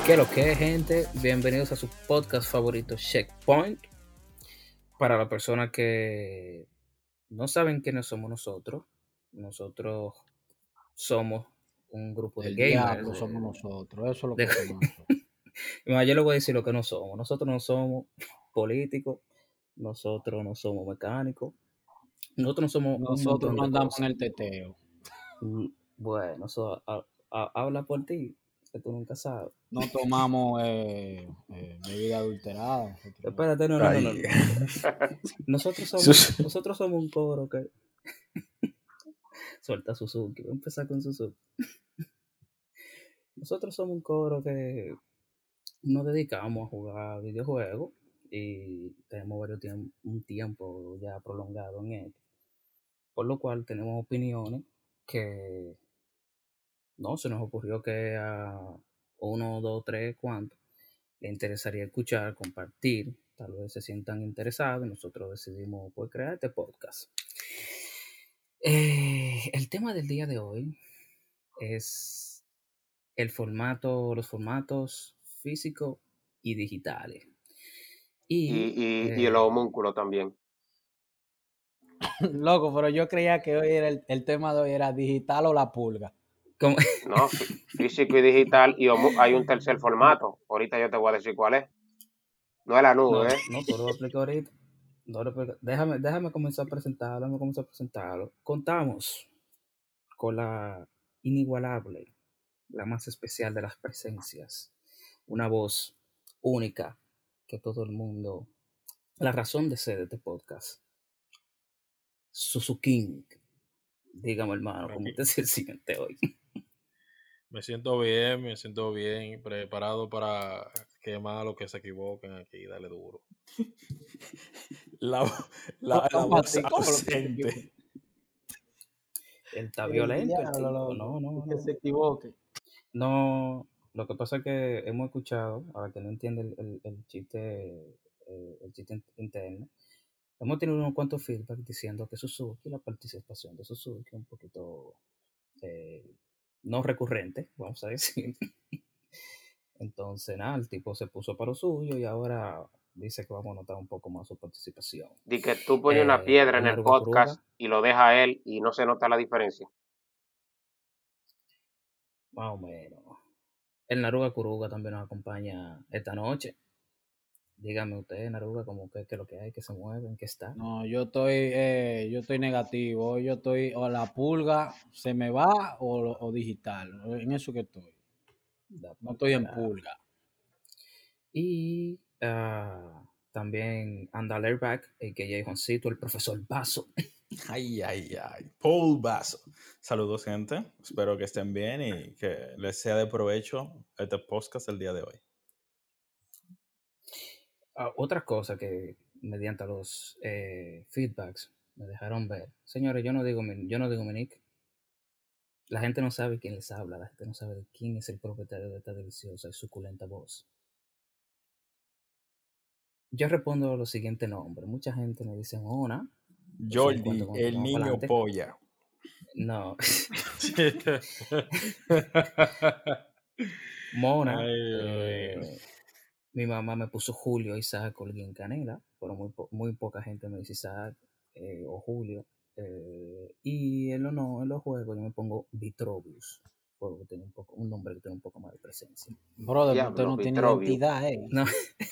¿Qué lo que es, gente? Bienvenidos a su podcast favorito, Checkpoint. Para las personas que no saben quiénes somos nosotros somos un grupo de El gamers. diablo somos nosotros, eso es lo de- que somos nosotros. Mira, yo les voy a decir lo que no somos. Nosotros no somos políticos, nosotros no somos mecánicos, nosotros no somos un Nosotros montón no de andamos en cosas. el teteo. Bueno, eso habla por ti, que tú nunca sabes. No tomamos bebida adulterada. Nosotros Espérate, no. Ay. Nosotros somos un coro que suelta Suzuki. Voy a empezar con Suzuki. Nosotros somos un coro que nos dedicamos a jugar videojuegos y tenemos un tiempo ya prolongado en esto. Por lo cual tenemos opiniones que no se nos ocurrió que a uno, dos, tres, cuantos le interesaría escuchar, compartir. Tal vez se sientan interesados y nosotros decidimos pues, crear este podcast. El tema del día de hoy es los formatos físicos y digitales. Y el homúnculo también. Loco, pero yo creía que hoy era el tema de hoy era digital o la pulga. ¿Cómo? No, físico y digital. Y hay un tercer formato. Ahorita yo te voy a decir cuál es. No es la nube, ¿eh? No, tú lo explico ahorita. Déjame comenzar a presentarlo. Contamos con la inigualable, la más especial de las presencias, una voz única que todo el mundo, la razón de ser de este podcast, Suzuki. Dígame, hermano, ¿cómo te sientes hoy? Me siento bien, preparado para quemar a los que se equivoquen aquí, dale duro. La ¿Cómo voz así? ¿Cómo lo que se ausente. equivoque? Él está violento, el Diablo, tipo. loco, No. que se equivoque. No, lo que pasa es que hemos escuchado, ahora que no entiende el chiste interno, hemos tenido unos cuantos feedback diciendo que Suzuki, la participación de Suzuki es un poquito no recurrente, vamos a decir. Entonces, nada, el tipo se puso para lo suyo y ahora dice que vamos a notar un poco más su participación. Di que tú pones una piedra en el Naruga podcast Kuruga, y lo deja a él y no se nota la diferencia. más o menos. El Naruga Kuruga también nos acompaña esta noche. Dígame usted, Naruga, como que lo que hay, que se mueve, en qué está. No, yo estoy negativo. Yo estoy, o la pulga se me va o digital. En eso que estoy. No estoy en pulga. Y también anda Back, a.k.a. Juancito, el profesor Vaso. Ay. Paul Basso. Saludos, gente. Espero que estén bien y que les sea de provecho este podcast el día de hoy. Otra cosa que mediante los feedbacks me dejaron ver. Señores, yo no digo mi nick. La gente no sabe quién les habla. La gente no sabe de quién es el propietario de esta deliciosa y suculenta voz. Yo respondo a los siguientes nombres. Mucha gente me dice Mona. Jordi, el niño polla. No. Mona. Mi mamá me puso Julio Isaac Holguín Canela, pero muy poca gente me dice Isaac o Julio. Y en los juegos yo me pongo Vitrovius, porque tiene un nombre que tiene un poco más de presencia. Brother, Diablo, usted no tiene Vitrovius. identidad, No.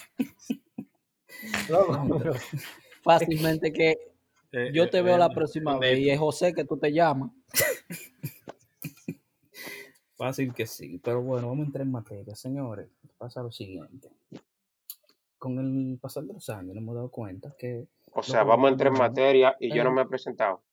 No, pero fácilmente que yo te veo la próxima vez y es José que tú te llamas. Fácil que sí, pero bueno, vamos a entrar en materia, señores. Pasa lo siguiente. Con el pasar de los años nos hemos dado cuenta que... O sea, vamos a entrar en materia y yo no me he presentado.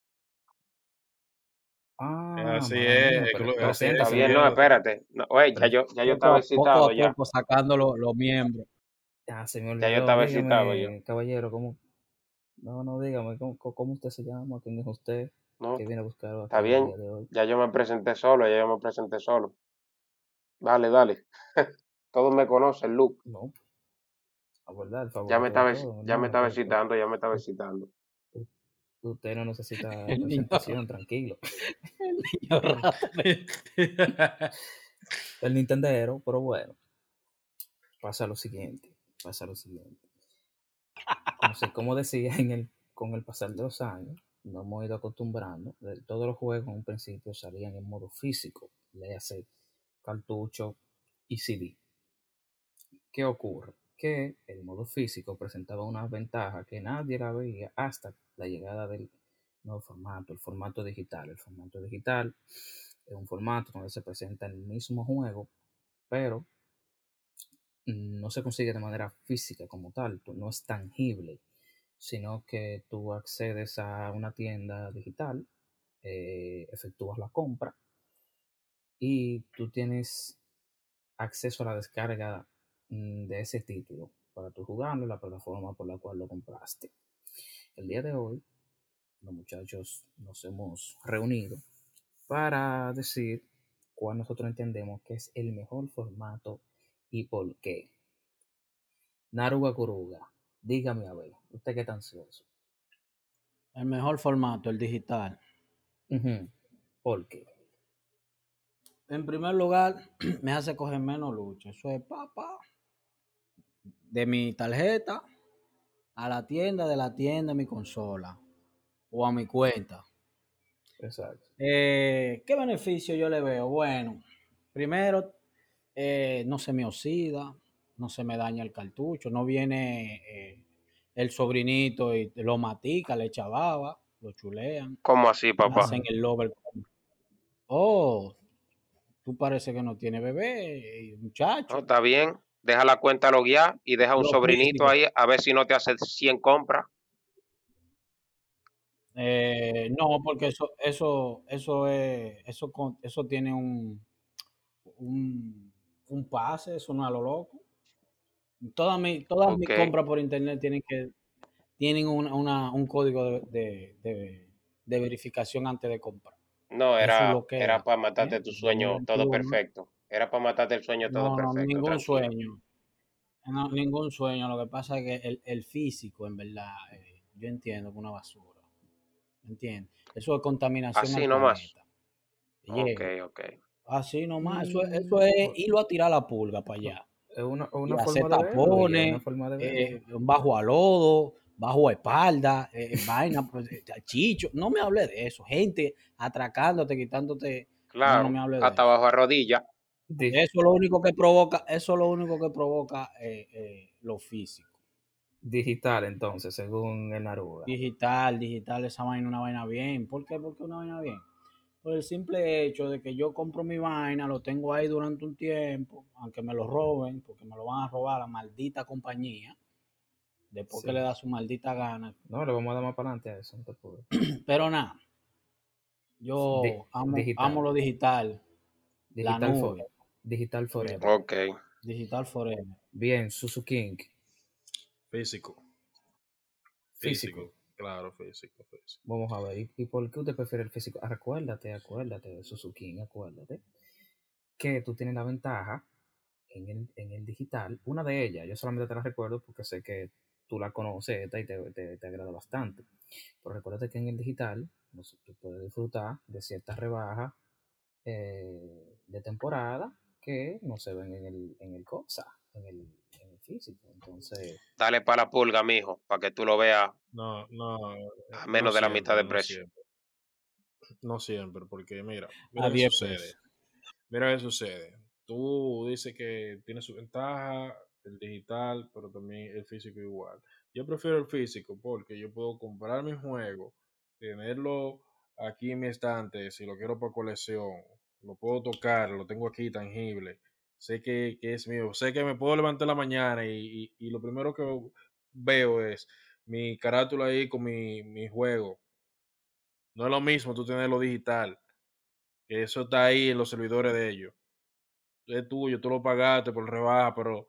Así mía, es, pero lo lo siento, Está así bien, es. no, espérate. No, oye, ya yo estaba excitado Poco a ya. poco sacando los miembros. Se me Ya yo olvidó, estaba dígame, excitado yo. caballero, ¿cómo? No, dígame, ¿cómo usted se llama? ¿Quién es usted? No, ¿Qué viene a buscar aquí está el bien. día de hoy? Ya yo me presenté solo. Dale. Todos me conocen, Luke. No, a verdad, el Ya me favorito de estaba, todos, ya me hermano. estaba excitando. Usted no necesita El niño presentación, tranquilo. El niño rata. El Nintendero, pero bueno. pasa lo siguiente. Como decía, con el pasar de los años, nos hemos ido acostumbrando. Todos los juegos en un principio salían en modo físico, le hace cartucho y CD. ¿Qué ocurre? Que el modo físico presentaba una ventaja que nadie la veía hasta la llegada del nuevo formato, el formato digital. El formato digital es un formato donde se presenta el mismo juego, pero no se consigue de manera física como tal, no es tangible, sino que tú accedes a una tienda digital, efectúas la compra y tú tienes acceso a la descarga de ese título para tú jugarlo en la plataforma por la cual lo compraste. El día de hoy, los muchachos nos hemos reunido para decir cuál nosotros entendemos que es el mejor formato y por qué. Naruga Kuruga, dígame a ver, usted qué tan ansioso. El mejor formato, el digital. ¿Por qué? En primer lugar, me hace coger menos lucha. Eso es papá. De mi tarjeta a la tienda, de la tienda a mi consola o a mi cuenta. Exacto. ¿Qué beneficio yo le veo? Bueno, primero, no se me oxida, no se me daña el cartucho, no viene el sobrinito y lo matica, le echa baba, lo chulean. ¿Cómo así, papá? Hacen el lover. Oh, tú parece que no tienes bebé, muchacho. No, está bien. Deja la cuenta loguear y deja un Lo sobrinito físico. ahí a ver si no te hace 100 compras. No, porque eso tiene un pase, eso no es a lo loco. Todas mis Ok. compras por internet tienen un código de verificación antes de comprar. No, Eso es era lo que para matarte tu sueño todo 2021. perfecto. Era para matarte el sueño todo No, perfecto, ningún tranquilo. sueño. No, ningún sueño. Lo que pasa es que el físico, en verdad, yo entiendo que es una basura. ¿Entiendes? Eso es contaminación Así al nomás. planeta. Ok. Así nomás. Eso es irlo a tirar la pulga para allá. Es una Y hacer forma de verlo, y es una tapones, forma de verlo. bajo a lodo, bajo a espalda, vaina, pues, chicho. No me hable de eso. Gente atracándote, quitándote. No Claro, me hable de hasta eso. abajo a rodilla. Eso es lo único que provoca, lo físico. Digital, entonces, según el Naruga. Digital, esa vaina, una vaina bien. ¿Por qué? Porque una vaina bien. Por el simple hecho de que yo compro mi vaina, lo tengo ahí durante un tiempo, aunque me lo roben, porque me lo van a robar la maldita compañía, después que le da su maldita gana. No, le vamos a dar más para adelante a eso, no te puedo. Pero nada, yo amo lo digital, la nube. Digital forever. Ok. Digital forever. Bien, Susu King. Físico. Claro, físico. Vamos a ver, ¿y por qué usted prefiere el físico? Acuérdate, Susu King, acuérdate que tú tienes la ventaja en el digital. Una de ellas, yo solamente te la recuerdo porque sé que tú la conoces y te agrada bastante. Pero recuérdate que en el digital tú puedes disfrutar de ciertas rebajas de temporada que no se ven en el físico. Entonces, Dale para la pulga, mijo, para que tú lo veas No, a menos de la mitad de no precio. siempre. No siempre, porque mira A qué 10 sucede. pesos. Mira qué sucede. Tú dices que tiene su ventaja, el digital, pero también el físico igual. Yo prefiero el físico porque yo puedo comprar mi juego, tenerlo aquí en mi estante, si lo quiero por colección, lo puedo tocar, lo tengo aquí tangible. Sé que es mío, sé que me puedo levantar en la mañana y lo primero que veo es mi carátula ahí con mi juego. No es lo mismo tú tenerlo digital, que eso está ahí en los servidores de ellos. Es tuyo, tú lo pagaste por rebaja, pero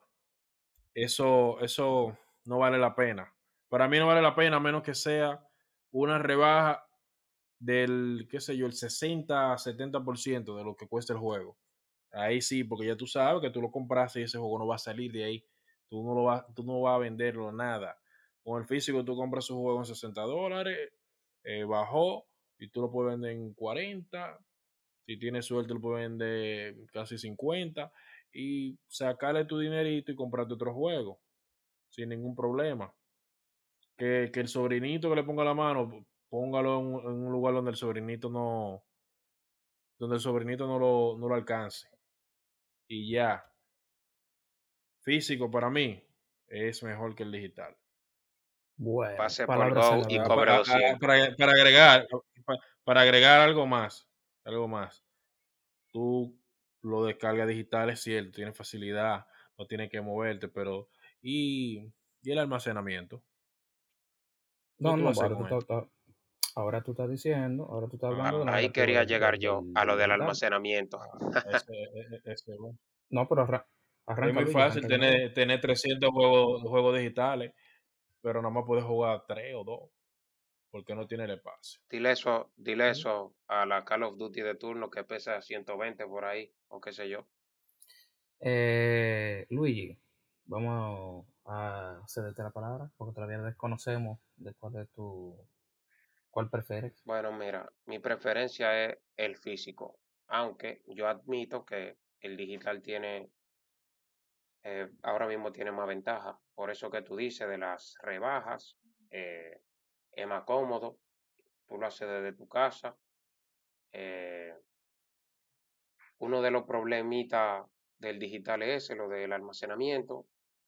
eso no vale la pena. Para mí no vale la pena a menos que sea una rebaja del, qué sé yo, el 60-70% de lo que cuesta el juego. Ahí sí, porque ya tú sabes que tú lo compraste y ese juego no va a salir de ahí. Tú no vas a venderlo nada. Con el físico tú compras su juego en $60, bajó y tú lo puedes vender en 40. Si tienes suerte lo puedes vender casi 50. y sacarle tu dinerito y comprarte otro juego sin ningún problema. Que el sobrinito que le ponga la mano, póngalo en un lugar donde el sobrinito no lo alcance. Y ya. Físico para mí es mejor que el digital. Bueno, Pase por palabras Go y sagradas. cobre 200. Para agregar algo más. Tú lo descargas digital, es cierto, tiene facilidad, no tienes que moverte, pero ¿y el almacenamiento? ¿Qué No, tú no, vas a hacer con él? ahora tú estás diciendo, ahora tú estás hablando de la Ahí parte quería llegar yo, del a lo del digital. almacenamiento. Bueno. No, pero Es arranca muy Luigi, fácil arranca de una vez. tener 300 juegos digitales, pero nada más puedes jugar 3 o 2, porque no tiene el espacio. Dile ¿Mm? eso a la Call of Duty de turno que pesa 120 por ahí, o qué sé yo. Luigi, vamos a cederte la palabra porque todavía desconocemos de cuál prefieres. Bueno, mira, mi preferencia es el físico, aunque yo admito que el digital ahora mismo tiene más ventaja. Por eso que tú dices de las rebajas, es más cómodo, tú lo haces desde tu casa. eh, Uno de los problemitas del digital es ese, lo del almacenamiento.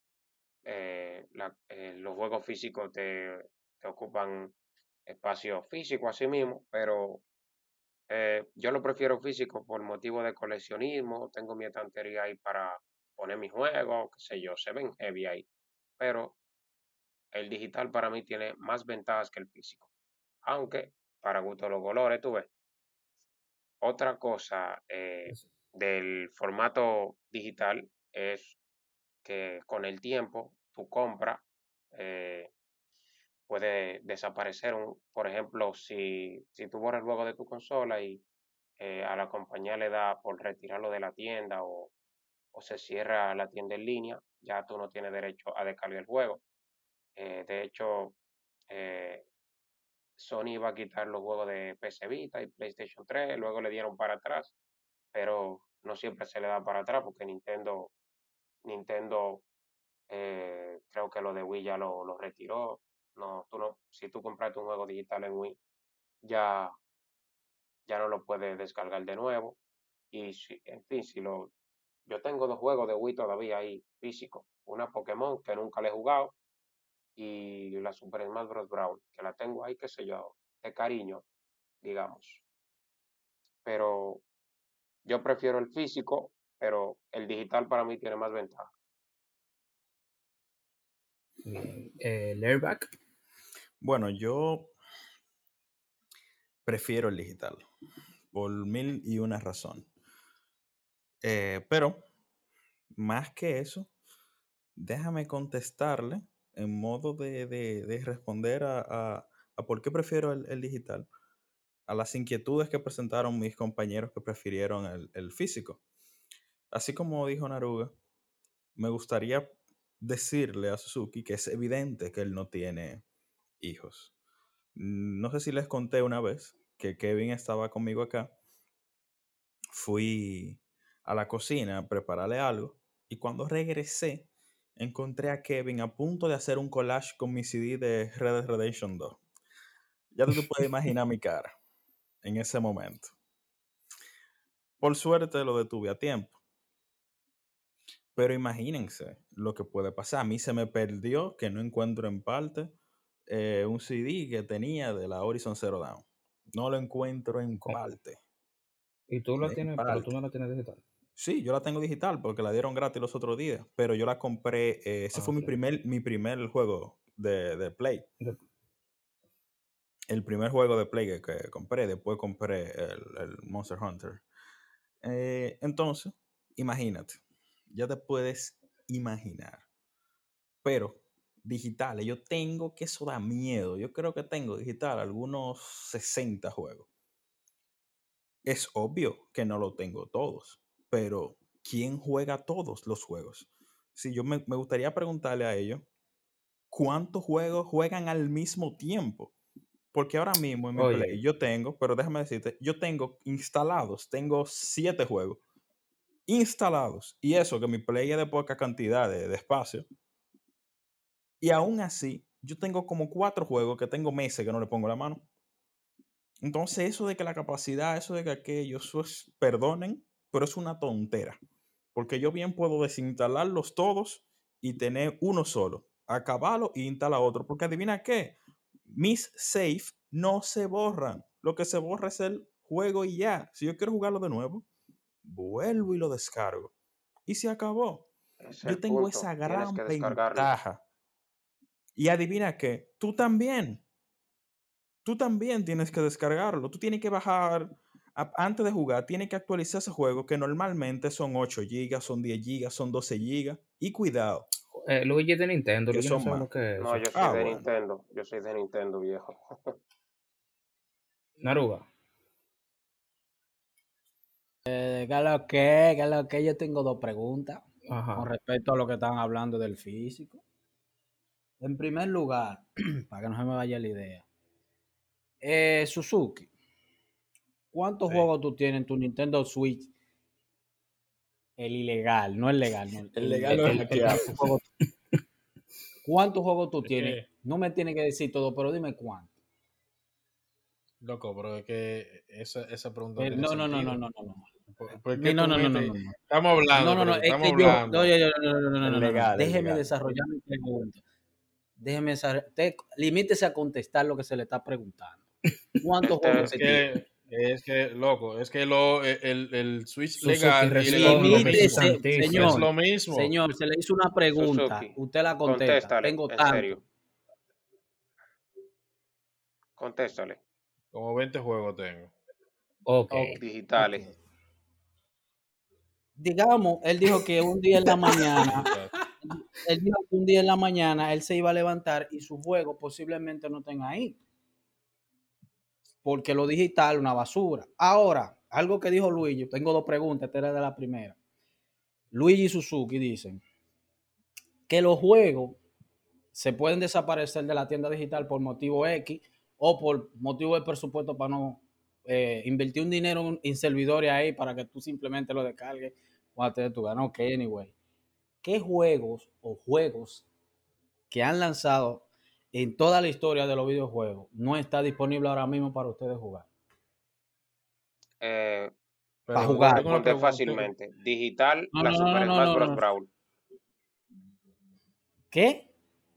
Los juegos físicos te ocupan espacio físico así mismo, pero yo lo prefiero físico por motivo de coleccionismo. Tengo mi estantería ahí para poner mis juegos, qué sé yo, se ven heavy ahí. Pero el digital para mí tiene más ventajas que el físico. Aunque, para gusto de los colores, tú ves. Otra cosa del formato digital es que con el tiempo tu compra eh, puede desaparecer. Por ejemplo, si tú borras el juego de tu consola y a la compañía le da por retirarlo de la tienda o se cierra la tienda en línea, ya tú no tienes derecho a descargar el juego. De hecho, eh, Sony iba a quitar los juegos de PC Vita y PlayStation 3, luego le dieron para atrás, pero no siempre se le da para atrás porque Nintendo creo que lo de Wii ya lo retiró. No, si tú compraste un juego digital en Wii, ya, ya no lo puedes descargar de nuevo. Y en fin, yo tengo 2 juegos de Wii todavía ahí físicos. Una Pokémon que nunca le he jugado y la Super Smash Bros. Brawl, que la tengo ahí, qué sé yo, de cariño, digamos. Pero yo prefiero el físico, pero el digital para mí tiene más ventaja. Bien. Airbag. Bueno, yo prefiero el digital por 1001 razón. Pero, más que eso, déjame contestarle en modo de responder a por qué prefiero el digital, a las inquietudes que presentaron mis compañeros que prefirieron el físico. Así como dijo Naruga, me gustaría decirle a Suzuki que es evidente que él no tiene hijos. No sé si les conté una vez que Kevin estaba conmigo acá. Fui a la cocina a prepararle algo y cuando regresé encontré a Kevin a punto de hacer un collage con mi CD de Red Dead Redemption 2. Ya tú te puedes imaginar mi cara en ese momento. Por suerte lo detuve a tiempo. Pero imagínense lo que puede pasar. A mí se me perdió, que no encuentro en parte, un CD que tenía de la Horizon Zero Dawn. No lo encuentro en parte. Y tú la En tienes, pero tú parte. no la tienes digital. Sí, yo la tengo digital porque la dieron gratis los otros días, pero yo la compré, ese fue Ok. mi primer juego de Play. De- El primer juego de Play que compré, después compré el Monster Hunter. Entonces, imagínate, ya te puedes imaginar. Pero digitales, yo tengo que eso da miedo. Yo creo que tengo digital algunos 60 juegos. Es obvio que no lo tengo todos, pero ¿quién juega todos los juegos? Si yo me gustaría preguntarle a ellos, ¿cuántos juegos juegan al mismo tiempo? Porque ahora mismo en mi Play Oye, yo tengo, pero déjame decirte, yo tengo instalados, tengo 7 juegos. instalados. Y eso, que mi Play es de poca cantidad de espacio. Y aún así, yo tengo como 4 juegos que tengo meses que no le pongo la mano. Entonces, eso de que la capacidad, eso de que aquello, eso es, perdonen, pero es una tontera. Porque yo bien puedo desinstalarlos todos y tener uno solo, acabarlo y instalar otro. Porque adivina qué, mis save no se borran. Lo que se borra es el juego y ya. Si yo quiero jugarlo de nuevo, vuelvo y lo descargo. Y se acabó. Ese es Yo el tengo punto. esa Tienes gran que descargarlo. ventaja. Y adivina qué, tú también tienes que descargarlo. Tú tienes que bajar, antes de jugar, tienes que actualizar ese juego que normalmente son 8 GB, son 10 GB, son 12 GB. Y cuidado, Luigi es de Nintendo, que Luigi no son sabe más. lo que es No, eso. yo soy de Bueno. Nintendo. Yo soy de Nintendo, viejo. Naruga. ¿Qué es lo que? Yo tengo 2 preguntas con Ajá. respecto a lo que estaban hablando del físico. En primer lugar, para que no se me vaya la idea, Suzuki, ¿cuántos Sí. juegos tú tienes en tu Nintendo Switch? El ilegal, no el legal, no, El legal no es hackeado. ¿cuántos juegos tú Es tienes? que, No me tienes que decir todo, pero dime cuántos. loco, pero es que esa pregunta no tiene No. sentido. ¿Por No, qué no, tú no, no, no, metes? no, no. Estamos hablando, No, pero es estamos que yo, hablando. El legal, el déjeme legal. desarrollar mi pregunta. Usted limítese a contestar lo que se le está preguntando. ¿Cuántos juegos Este, usted tiene? Es que, loco, es que el Switch Suzuki, legal y ilegal no es lo responde, Jesús mismo. Limítese, santísimo. Es señor, lo mismo. señor, se le hizo una pregunta, Suzuki, usted la contesta. contéstale, Tengo en tanto. serio. Contéstale. Como 20 juegos tengo. Ok. Ok, Digitales. ok. Digamos, él dijo que un día en la mañana, él dijo que un día en la mañana él se iba a levantar y su juego posiblemente no tenga ahí. Porque lo digital es una basura. Ahora, algo que dijo Luigi, tengo 2 preguntas, esta era de la primera. Luigi y Suzuki dicen que los juegos se pueden desaparecer de la tienda digital por motivo X o por motivo de presupuesto para no invertir un dinero en servidores ahí para que tú simplemente lo descargues cuando te dé tu gana. Ok, anyway. ¿Qué juegos o juegos que han lanzado en toda la historia de los videojuegos no está disponible ahora mismo para ustedes jugar? Eh, Para Pero te puedo jugar. tengo una responder pregunta. fácilmente. Digital, No, la no, Super no, no, Smash no, Bros. no. Brawl. ¿Qué?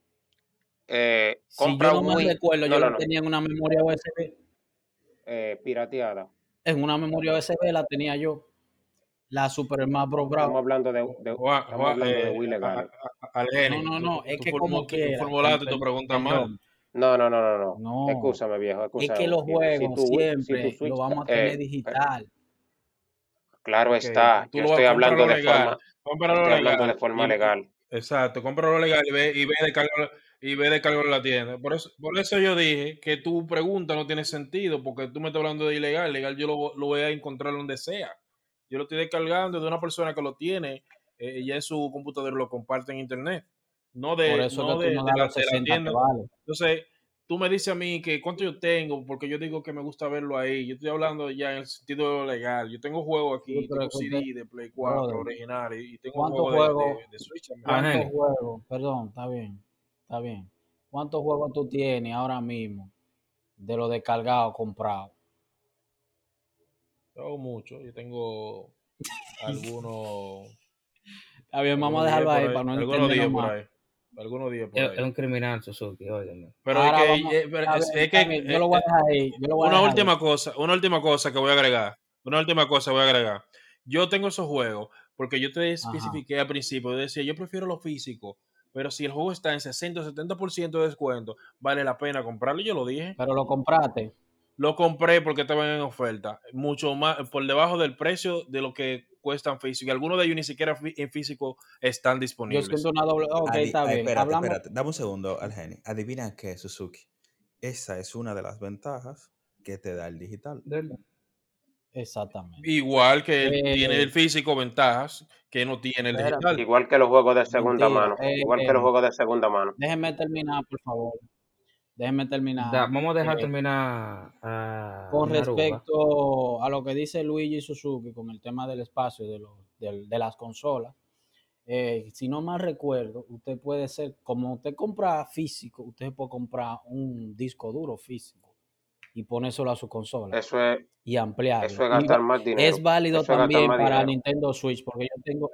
Si Compra yo no un me Wii. recuerdo, No, yo no, la no. tenía en una memoria USB. Pirateada. En una memoria USB la tenía yo. La Super Smash Bros. Brawl. Estamos hablando de estamos hablando de Wii legales. Algeni, No, es que como tú quiera. formulaste tu pregunta mal. Perdón. No, no, no, no, no. No. Excúsame, viejo, Es que excúsame, los viejo. Si juegos si tu siempre lo Switch, vamos a tener digital. claro Ok, está. tú Yo lo vas estoy a comprar hablando lo de legal. forma, Cómpralo estoy hablando de legal. forma legal. Exacto, cómpralo legal y ve de cargarlo en la tienda. Por eso yo dije que tu pregunta no tiene sentido, porque tú me estás hablando de ilegal. Legal yo lo voy a encontrar donde sea. Yo lo estoy descargando de una persona que lo tiene, ya en su computador lo comparte en internet. No Por de, eso es no que tú de, no de das la, los de la 60 que tienda. vale. Entonces, tú me dices a mí que cuánto yo tengo, porque yo digo que me gusta verlo ahí. Yo estoy hablando ya en el sentido legal. Yo tengo juegos Sí, aquí, pero tengo es que usted, CD de Play 4 brother, original y tengo ¿cuántos juegos juegos, de Switch también. Ah, cuántos Geni. juegos, perdón, está bien. ¿Cuántos juegos tú tienes ahora mismo de los descargados comprados? Tengo mucho. Yo tengo algunos, Está bien, vamos a algunos 10 dejarlo por ahí ahí. para no Algunos 10 extendernos por más. ahí. Algunos 10 por Es ahí. un criminal, Suzuki, óyeme. Pero Ahora es vamos, que, está bien, yo lo voy a dejar ahí, yo lo voy a una dejar ahí. última cosa que voy a agregar. Una última cosa voy a agregar. Yo tengo esos juegos porque yo te Ajá. especifiqué al principio. Yo decía, yo prefiero lo físico, pero si el juego está en 60 o 70% de descuento, vale la pena comprarlo. Yo lo dije. Pero lo compraste. Lo compré porque estaban en oferta. Mucho más, por debajo del precio de lo que cuestan físico. Y algunos de ellos ni siquiera en físico están Yo disponibles. siento una doble. Ok, está bien. Espérate. Dame un segundo, Algeni. Adivina qué, Suzuki. Esa es una de las ventajas que te da el digital. Exactamente. Igual que tiene el físico ventajas que no tiene el Espérate. digital. Igual que los juegos de segunda Mentira. mano. Igual que los juegos de segunda mano. Déjenme terminar, por favor. Déjenme terminar. Vamos a dejar terminar a Con Naruga. respecto a lo que dice Luigi Suzuki con el tema del espacio, de las consolas. Si no mal recuerdo, usted puede ser, como usted compra físico, usted puede comprar un disco duro físico y ponérselo a su consola Eso es, y eso ampliarlo. es gastar más Es dinero. válido Eso es gastar también más para dinero. Nintendo Switch, porque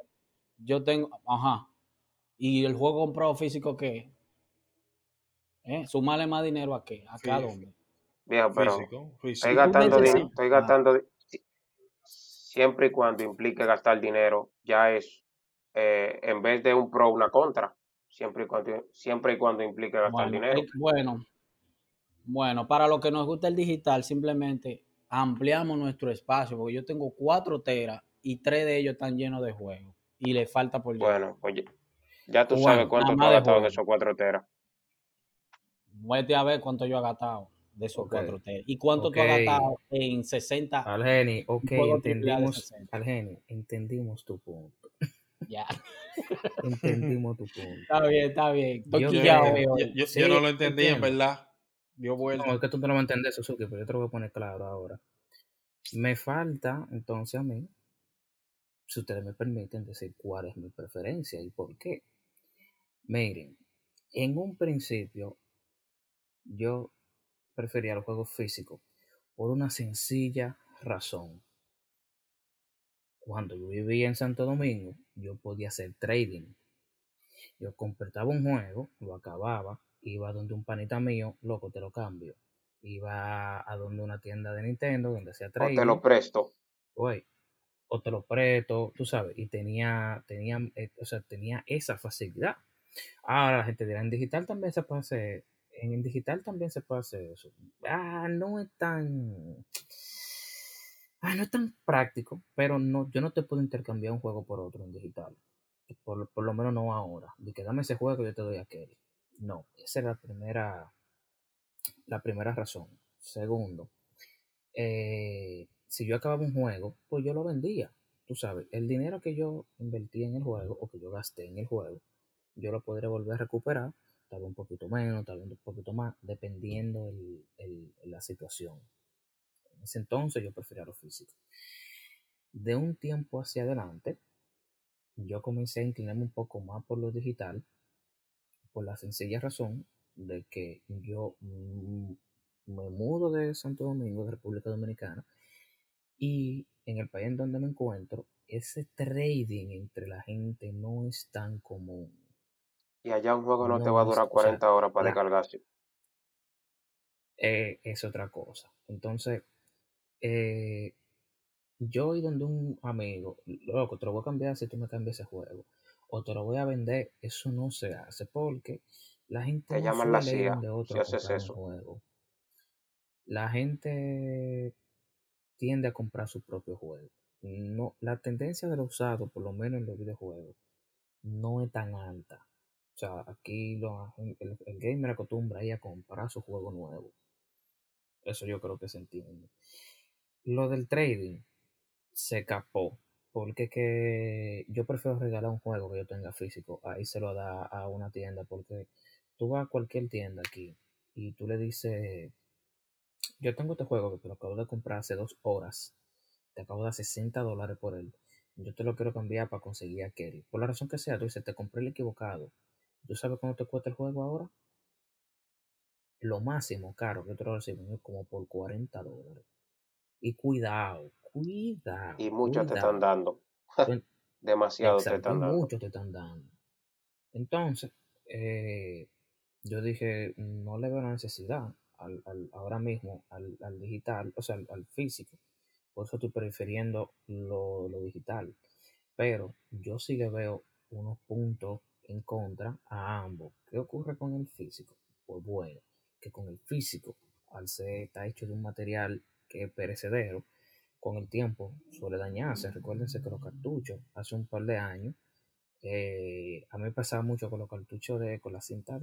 ajá, y el juego comprado físico, ¿qué? Sumarle más dinero ¿a qué? ¿A Fí- dónde? Viejo, pero Físico, estoy Si tú físico. gastando, necesitas, estoy gastando, siempre y cuando implique gastar dinero, ya es, en vez de un pro, una contra. Siempre y cuando implique gastar bueno, dinero. bueno, para los que nos gusta el digital, simplemente ampliamos nuestro espacio, porque yo tengo 4 teras y 3 de ellos están llenos de juegos y le falta por llenar. Bueno, pues ya tú sabes Juan, Nada cuánto tú más has de gastado en juegos. esos 4 teras. Vete a ver cuánto yo he gastado de esos ok, 4 teras. ¿Y cuánto ok. tú has gastado en 60 Algeni, ok, juegos AAA de entendimos, 60? Algeni, entendimos tu punto. Ya. Entendimos tu punto. Está bien, está bien. Estoy Yo Yo, quillado creo, hoy. yo no sí, lo entendí, en entiendo. verdad. Dio No, vuelta. es que tú no lo vas a entender, Suzuki, pero yo te lo voy a poner claro ahora. Me falta, entonces, a mí, si ustedes me permiten, decir cuál es mi preferencia y por qué. Miren, en un principio, yo prefería los juegos físicos por una sencilla razón. Cuando yo vivía en Santo Domingo, yo podía hacer trading. Yo completaba un juego, lo acababa, iba donde un panita mío, loco, te lo cambio. Iba a donde una tienda de Nintendo, donde hacía O te trading, lo presto. güey, o te lo presto, tú sabes, y o sea, tenía esa facilidad. Ahora la gente dirá, en digital también se puede hacer, en el digital también se puede hacer eso. No es tan, no es tan práctico, pero no, yo no te puedo intercambiar un juego por otro en digital. Por lo menos no ahora. De que dame ese juego y yo te doy aquel. No, esa es la primera razón. Segundo, si yo acababa un juego, pues yo lo vendía. Tú sabes, el dinero que yo invertí en el juego o que yo gasté en el juego, yo lo podré volver a recuperar, tal vez un poquito menos, tal vez un poquito más, dependiendo la situación. En ese entonces yo prefería lo físico. De un tiempo hacia adelante, yo comencé a inclinarme un poco más por lo digital, por la sencilla razón de que yo me mudo de Santo Domingo, de República Dominicana, y en el país en donde me encuentro, ese trading entre la gente no es tan común. Y allá un juego no te va a No es, durar o sea, 40 horas para la, descargarse. es otra cosa. Entonces, eh, yo y donde un amigo, loco, te lo voy a cambiar si tú me cambias ese juego, o te lo voy a vender, eso no se hace porque la gente Te no llaman la suele ir CIA donde si otro a haces comprar un eso. juego. La gente tiende a comprar su propio juego. No, la tendencia de los usados, por lo menos en los videojuegos, no es tan alta. O sea, aquí el gamer acostumbra a ir a comprar su juego nuevo. Eso yo creo que se entiende. Lo del trading se escapó. Porque que yo prefiero regalar un juego que yo tenga físico. Ahí se lo da a una tienda. Porque tú vas a cualquier tienda aquí y tú le dices, yo tengo este juego que te lo acabo de comprar hace 2 horas. Te acabo de dar $60 por él. Yo te lo quiero cambiar para conseguir aquel. Por la razón que sea, tú dices, te compré el equivocado. ¿Tú sabes cuánto te cuesta el juego ahora? Lo máximo caro que te lo reciben es como por $40. Y cuidado, Y cuidado, muchos te están cuidado. dando. Tú Demasiado te Exacto, y están dando. muchos te están dando. Entonces, yo dije, no le veo la necesidad ahora mismo al digital, o sea, al físico. Por eso estoy prefiriendo lo digital. Pero yo sí le veo unos puntos en contra a ambos. ¿Qué ocurre con el físico? Pues bueno, que con el físico, al ser está hecho de un material que es perecedero, con el tiempo suele dañarse. Recuérdense que los cartuchos, hace un par de años, a mí me pasaba mucho con los cartuchos con la cinta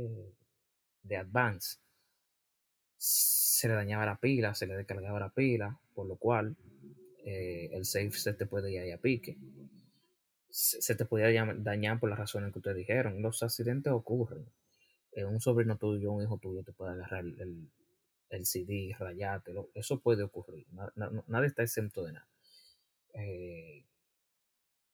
de Advance. Se le dañaba la pila, se le descargaba la pila, por lo cual el save se te puede ir ahí a pique. Se te podía dañar por las razones que ustedes dijeron. Los accidentes ocurren. Un sobrino tuyo, un hijo tuyo te puede agarrar el CD y rayártelo. Eso puede ocurrir. Nadie está exento de nada. Eh,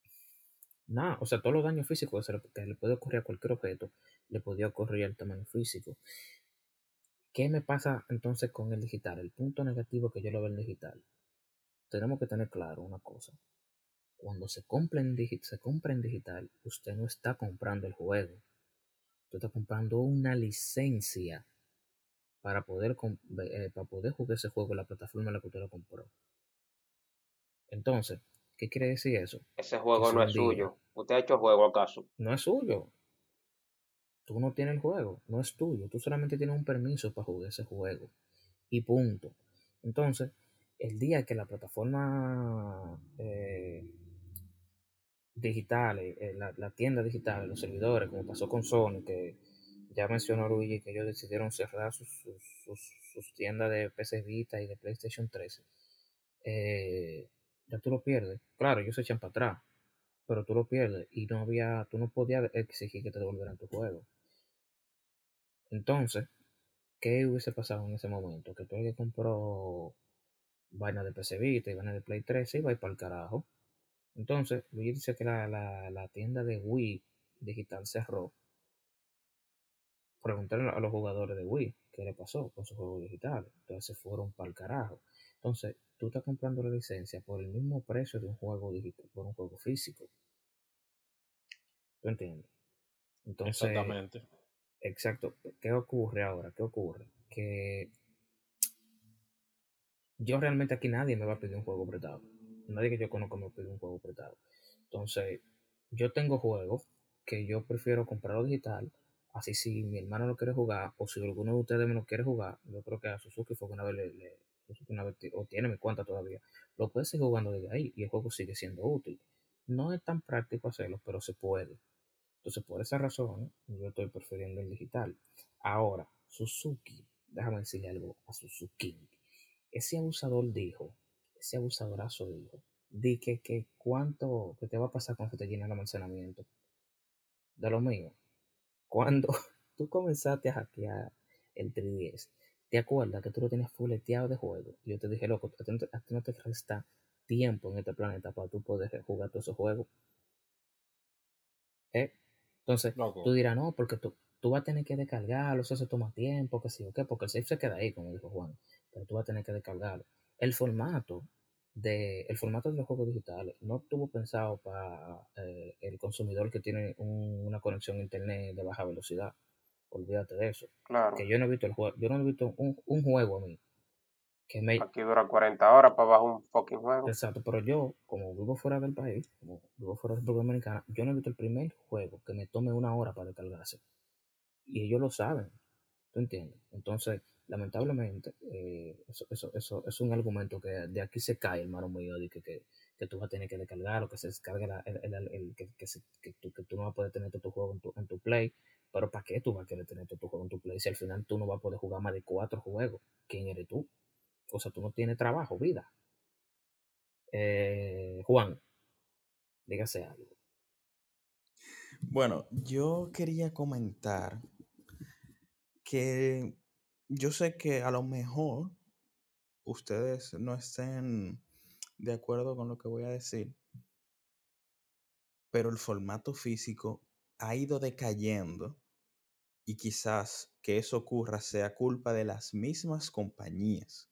Nada, o sea, todos los daños físicos que le puede ocurrir a cualquier objeto, le podía ocurrir al tamaño físico. ¿Qué me pasa entonces con el digital? El punto negativo que yo lo veo en digital. Tenemos que tener claro una cosa. Cuando se compra en digital, usted no está comprando el juego. Usted está comprando una licencia para poder jugar ese juego en la plataforma en la que usted lo compró. Entonces, ¿qué quiere decir eso? Ese Que juego si no un es día suyo. ¿Usted ha hecho juego acaso? no es suyo, tú no tienes el juego, no es tuyo, tú solamente tienes un permiso para jugar ese juego y punto. Entonces, el día que la plataforma digitales, la tienda digital, los servidores, como pasó con Sony, que ya mencionó Luigi que ellos decidieron cerrar sus tiendas de PC Vita y de PlayStation 3, ya tú lo pierdes. Claro, ellos se echan para atrás, pero tú lo pierdes y tú no podías exigir que te devolvieran tu juego. Entonces, ¿qué hubiese pasado en ese momento? Que todo el que compró vaina de PC Vita y vaina de Play 3 se iba a ir para el carajo. Entonces, Luigi dice que la tienda de Wii digital cerró. Preguntaron a los jugadores de Wii qué le pasó con sus juegos digitales. Entonces se fueron para el carajo. Entonces, tú estás comprando la licencia por el mismo precio de un juego digital, por un juego físico. ¿Tú entiendes? Entonces, Exactamente. exacto. ¿Qué ocurre ahora? ¿Qué ocurre? Que yo realmente aquí nadie me va a pedir un juego prestado. Nadie que yo conozco me pide un juego prestado. Entonces, yo tengo juegos que yo prefiero comprarlo digital. Así si mi hermano lo quiere jugar, o si alguno de ustedes me lo quiere jugar, yo creo que a Suzuki fue que una vez Suzuki una vez, o tiene mi cuenta todavía, lo puede seguir jugando desde ahí y el juego sigue siendo útil. No es tan práctico hacerlo, pero se puede. Entonces, por esa razón, yo estoy prefiriendo el digital. Ahora, Suzuki, déjame decirle algo a Suzuki. Ese abusador dijo, ese abusadorazo dijo, di que cuánto, que te va a pasar cuando se te llene el almacenamiento de lo mío. Cuando tú comenzaste a hackear el 3DS, ¿te acuerdas que tú lo tenías fuleteado de juego? Y yo te dije, loco, a ti no te resta tiempo en este planeta para tú poder jugar todos esos juegos. ¿Eh? Entonces, tú Loco. dirás, no, porque tú vas a tener que descargarlo, eso se toma tiempo, que sí o qué, porque el save se queda ahí, como dijo Juan, pero tú vas a tener que descargarlo. El formato el formato de los juegos digitales no estuvo pensado para el consumidor que tiene una conexión a internet de baja velocidad. Olvídate de eso. Que Claro. yo no he visto el juego, yo no he visto un juego a mí que me. Aquí dura 40 horas para bajar un fucking juego. Exacto, pero yo, como vivo fuera del país, como vivo fuera de República Dominicana, yo no he visto el primer juego que me tome una hora para descargarse. Y ellos lo saben, ¿tú entiendes? Entonces, lamentablemente, eso es un argumento que de aquí se cae, hermano mío, de que tú vas a tener que descargar o que se descargue que tú no vas a poder tener todo tu juego en tu Play. Pero ¿para qué tú vas a querer tener todo tu juego en tu Play si al final tú no vas a poder jugar más de 4 juegos? ¿Quién eres tú? O sea, tú no tienes trabajo, vida. Juan, dígase algo. Bueno, yo quería comentar que yo sé que a lo mejor ustedes no estén de acuerdo con lo que voy a decir, pero el formato físico ha ido decayendo y quizás que eso ocurra sea culpa de las mismas compañías.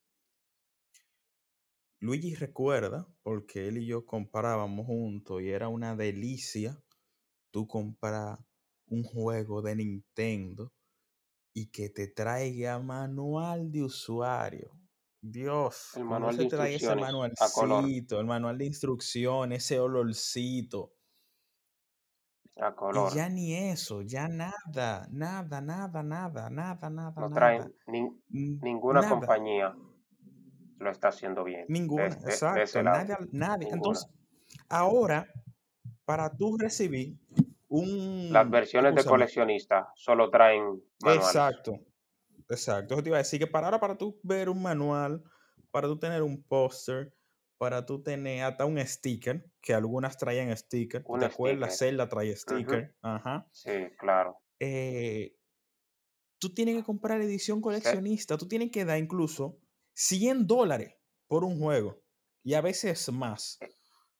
Luigi recuerda, porque él y yo comparábamos juntos y era una delicia tú comprar un juego de Nintendo y que te traiga manual de usuario. Dios, El cuando manual de se trae ese instrucciones a color. manualcito, el manual de instrucción, ese olorcito. A Y color. ya ni eso, ya nada, nada, nada, nada, nada, nada, No nada. traen ninguna Nada, compañía lo está haciendo bien. ninguna, De exacto, ese lado. nadie, nadie. Ninguna. Entonces, ahora, para tú recibir Las un, versiones de escúchame, coleccionista solo traen manuales. exacto, exacto. Eso te iba a decir que para tú ver un manual, para tú tener un póster, para tú tener hasta un sticker, que algunas traían sticker, ¿tú te Un acuerdas? sticker. Zelda traía Ujú. sticker, ajá. Sí, claro. Eh, Tú tienes que comprar la edición Se- coleccionista, tú tienes que dar incluso $100 por un juego y a veces más.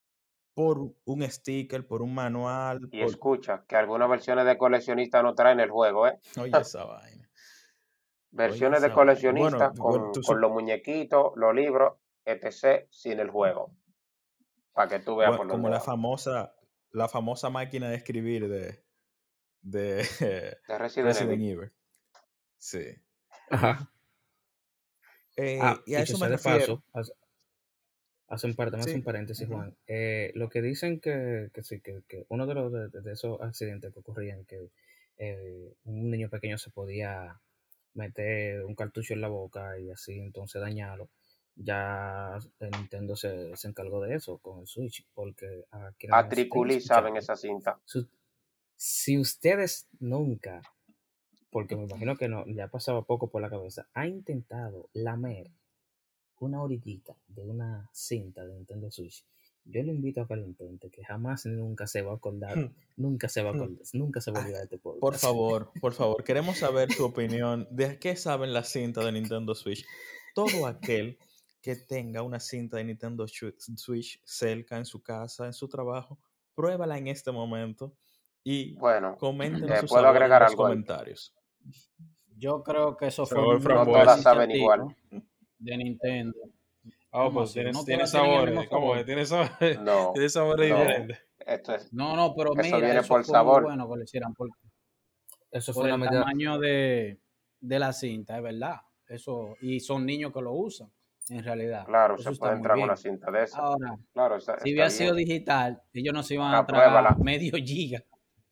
por un sticker, por un manual, Y por... escucha, que algunas versiones de coleccionista no traen el juego, ¿eh? Oye esa vaina. Oye Versiones de esa vaina. Bueno, coleccionista con los muñequitos, los libros, etc., sin el juego. Para que tú veas por como dónde la famosa máquina de escribir de De Resident Resident Evil. Evil. Sí. Ajá. Y a Dicho eso me sea de refiero. paso, hace un Sí. paréntesis, Ujú. Juan. Lo que dicen que sí, que uno de los de esos accidentes que ocurrían, que un niño pequeño se podía meter un cartucho en la boca y así entonces dañarlo. Ya Nintendo se encargó de eso con el Switch, porque a quienes A nos estén Triculí saben escuchando, esa cinta. si ustedes nunca, porque me imagino que no, ya pasaba poco por la cabeza, ha intentado lamer una orillita de una cinta de Nintendo Switch, yo le invito a que lo intente, que jamás ni nunca se va a acordar, nunca se va a acordar, nunca se va a olvidar de este Por podcast. favor, queremos saber su opinión de qué saben las cintas de Nintendo Switch. Todo aquel que tenga una cinta de Nintendo Switch cerca en su casa, en su trabajo, pruébala en este momento y Bueno, coméntenos su puedo sabor en agregar los algo ahí. comentarios. Yo creo que eso fue Sabor muy No buena todas frambuesa. saben igual. iniciativa de Nintendo. Ah, ¿Cómo pues así? No tiene todas tienen el mismo sabores. ¿Cómo sabor. es? Tiene sabores, No, tiene sabores no. diferentes. No, pero Eso mira, viene eso por fue muy sabor. bueno que lo hicieran Eso fue por una el medida, tamaño de la cinta, es verdad. Eso, y son niños que lo usan, en realidad. Claro, Eso se está puede muy entrar con una bien. cinta de esa. Ahora, Claro, si está hubiera sido bien. digital, ellos no se iban a Apruébala. tragar medio giga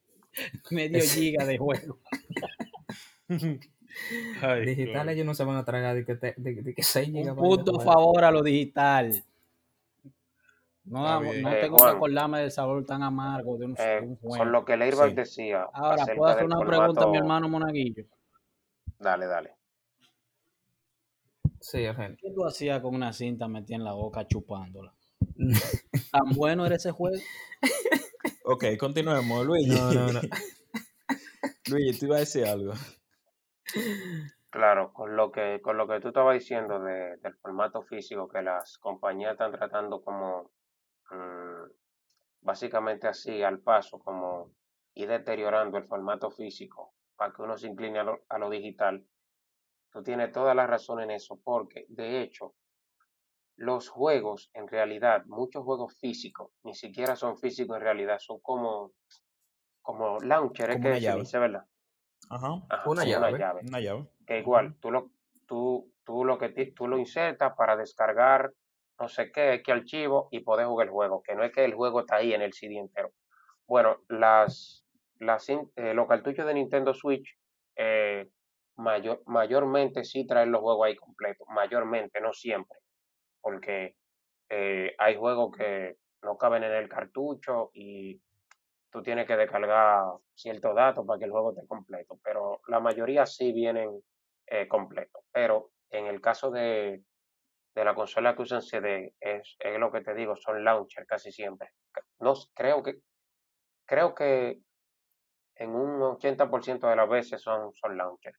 de juego. Ay, digitales ellos no se van a tragar de que 6 Un gigabytes de punto a juego. favor a lo digital. Está bien. No tengo que Juan, acordarme del sabor tan amargo de un con juego. lo que Leirbach Sí. decía Ahora, ¿puedo acerca hacer del una pregunta a mi formato. hermano Monaguillo? Dale. Sí, Eugenio. ¿Qué tú hacías con una cinta metida en la boca chupándola? ¿Tan bueno era ese juego? Ok, continuemos. Luigi. No. Luigi, te iba a decir algo. Claro, con lo que tú estabas diciendo del formato físico, que las compañías están tratando como básicamente así al paso, como ir deteriorando el formato físico para que uno se incline a lo digital. Tú tienes toda la razón en eso, porque de hecho los juegos en realidad, muchos juegos físicos, ni siquiera son físicos en realidad, son como launcher, es Como una que se llave. dice, ¿verdad? Ajá. Ajá, Una como una llave. llave. Una llave. Que igual, tú lo insertas para descargar no sé qué archivo y poder jugar el juego, que no es que el juego está ahí en el CD entero. Bueno, los cartuchos de Nintendo Switch mayormente sí traen los juegos ahí completos, mayormente, no siempre, porque hay juegos que no caben en el cartucho y tú tienes que descargar ciertos datos para que el juego esté completo, pero la mayoría sí vienen completos. Pero en el caso de la consola que usan CD, es lo que te digo, son launcher casi siempre. No, creo que en un 80% de las veces son launcher.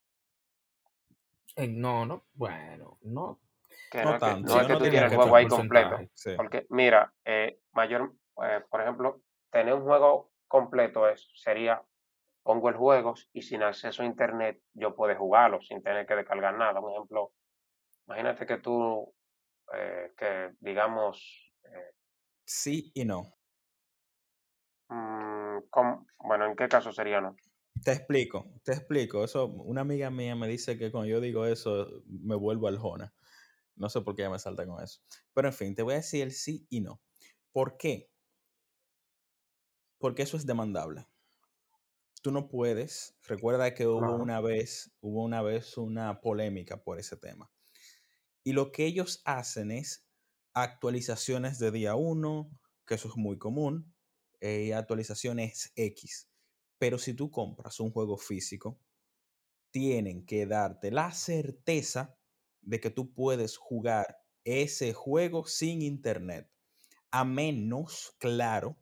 Bueno, no. Que No no tanto, es yo que no tú diría tienes el que juego ahí tanto. completo. Porcentaje. Sí. Porque mira, por ejemplo, tener un juego completo sería, pongo el juego y sin acceso a internet yo puedo jugarlo sin tener que descargar nada. Por ejemplo, imagínate que tú, que digamos, Sí y no. bueno, ¿en qué caso sería no? Te explico. Eso, una amiga mía me dice que cuando yo digo eso me vuelvo aljona. No sé por qué ella me salta con eso. Pero en fin, te voy a decir el sí y no. ¿Por qué? Porque eso es demandable. Tú no puedes. Recuerda que hubo Claro. una vez una polémica por ese tema. Y lo que ellos hacen es actualizaciones de día 1, que eso es muy común, y actualizaciones X. Pero si tú compras un juego físico, tienen que darte la certeza de que tú puedes jugar ese juego sin internet. A menos, claro,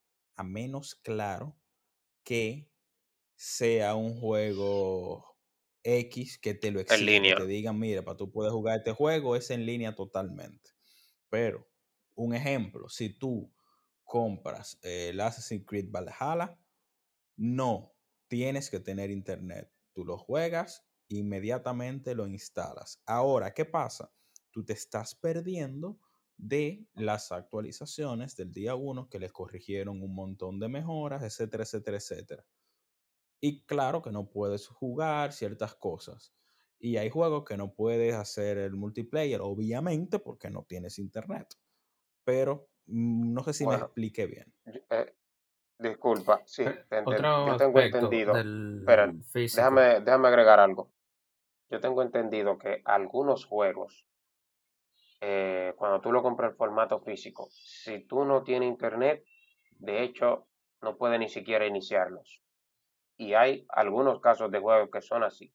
que sea un juego X que te lo En exija, que línea. te digan, mira, para tú poder jugar este juego es en línea totalmente. Pero, un ejemplo, si tú compras el Assassin's Creed Valhalla, no tienes que tener internet. Tú lo juegas, inmediatamente lo instalas. Ahora, ¿qué pasa? Tú te estás perdiendo de las actualizaciones del día 1 que les corrigieron un montón de mejoras, etcétera, etcétera, etcétera. Y claro que no puedes jugar ciertas cosas. Y hay juegos que no puedes hacer el multiplayer, obviamente, porque no tienes internet. Pero no sé si me Bueno, expliqué bien. disculpa, sí, Otro yo tengo aspecto entendido. Espera, del físico. déjame agregar algo. Yo tengo entendido que algunos juegos, cuando tú lo compras en formato físico, si tú no tienes internet, de hecho, no puedes ni siquiera iniciarlos. Y hay algunos casos de juegos que son así.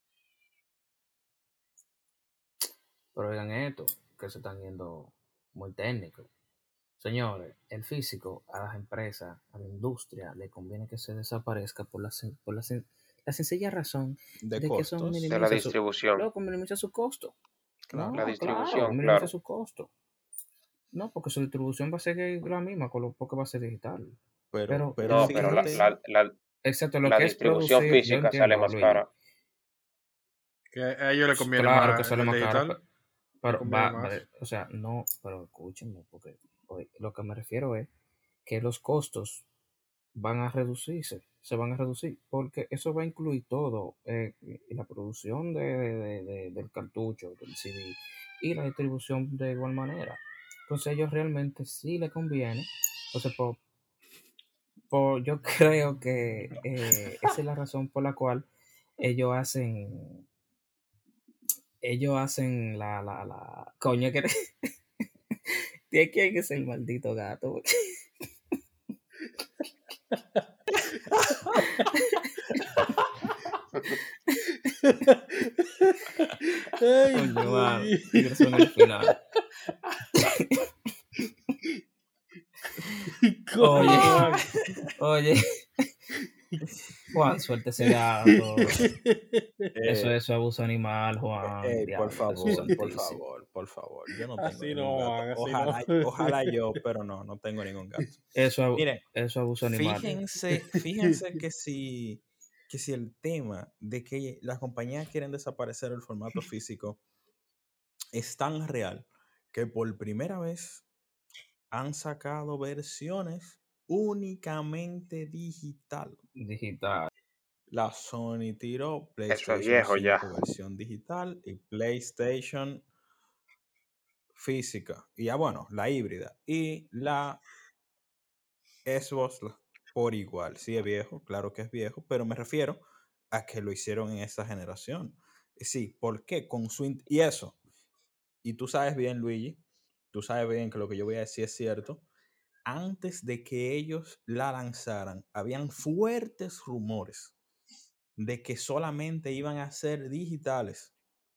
Pero oigan esto, que se están yendo muy técnicos. Señores, el físico a las empresas, a la industria, le conviene que se desaparezca por la sencilla razón De de que eso costos. De la distribución. minimiza su costo. Claro. No, La claro, distribución, minimiza claro. su costo. No, porque su distribución va a ser la misma, porque va a ser digital. Pero No, pero fíjate, excepto lo la que es distribución producir, yo física sale entiendo, más Luis. cara. Que a ellos les conviene Claro más que sale el más digital. caro, pero conviene más. o sea, no, pero escúchenme, porque lo que me refiero es que los costos van a reducirse, se van a reducir, porque eso va a incluir todo, la producción del cartucho, del CD, y la distribución de igual manera. Entonces a ellos realmente sí les conviene. Entonces, yo creo que esa es la razón por la cual ellos hacen la coño que tiene que ser el maldito gato. Coño, mano, tigres en el final. Oye, Juan, suelta ese gato. Eso es abuso animal, Juan. Diablo, por favor, Jesús por santísimo. favor, por favor. Yo no Así tengo no, ningún Juan, gato. así no. Ojalá yo, pero no tengo ningún gato. Eso Miren, es abuso animal. fíjense que si el tema de que las compañías quieren desaparecer el formato físico es tan real que por primera vez han sacado versiones únicamente digital. La Sony tiró PlayStation viejo 5 ya. versión digital y PlayStation física. Y ya bueno, la híbrida. Y la Xbox por igual. Sí es viejo, claro que es viejo, pero me refiero a que lo hicieron en esa generación. Sí, ¿por qué? Y eso. Y tú sabes bien, Luigi, tú sabes bien que lo que yo voy a decir es cierto. Antes de que ellos la lanzaran, habían fuertes rumores de que solamente iban a ser digitales.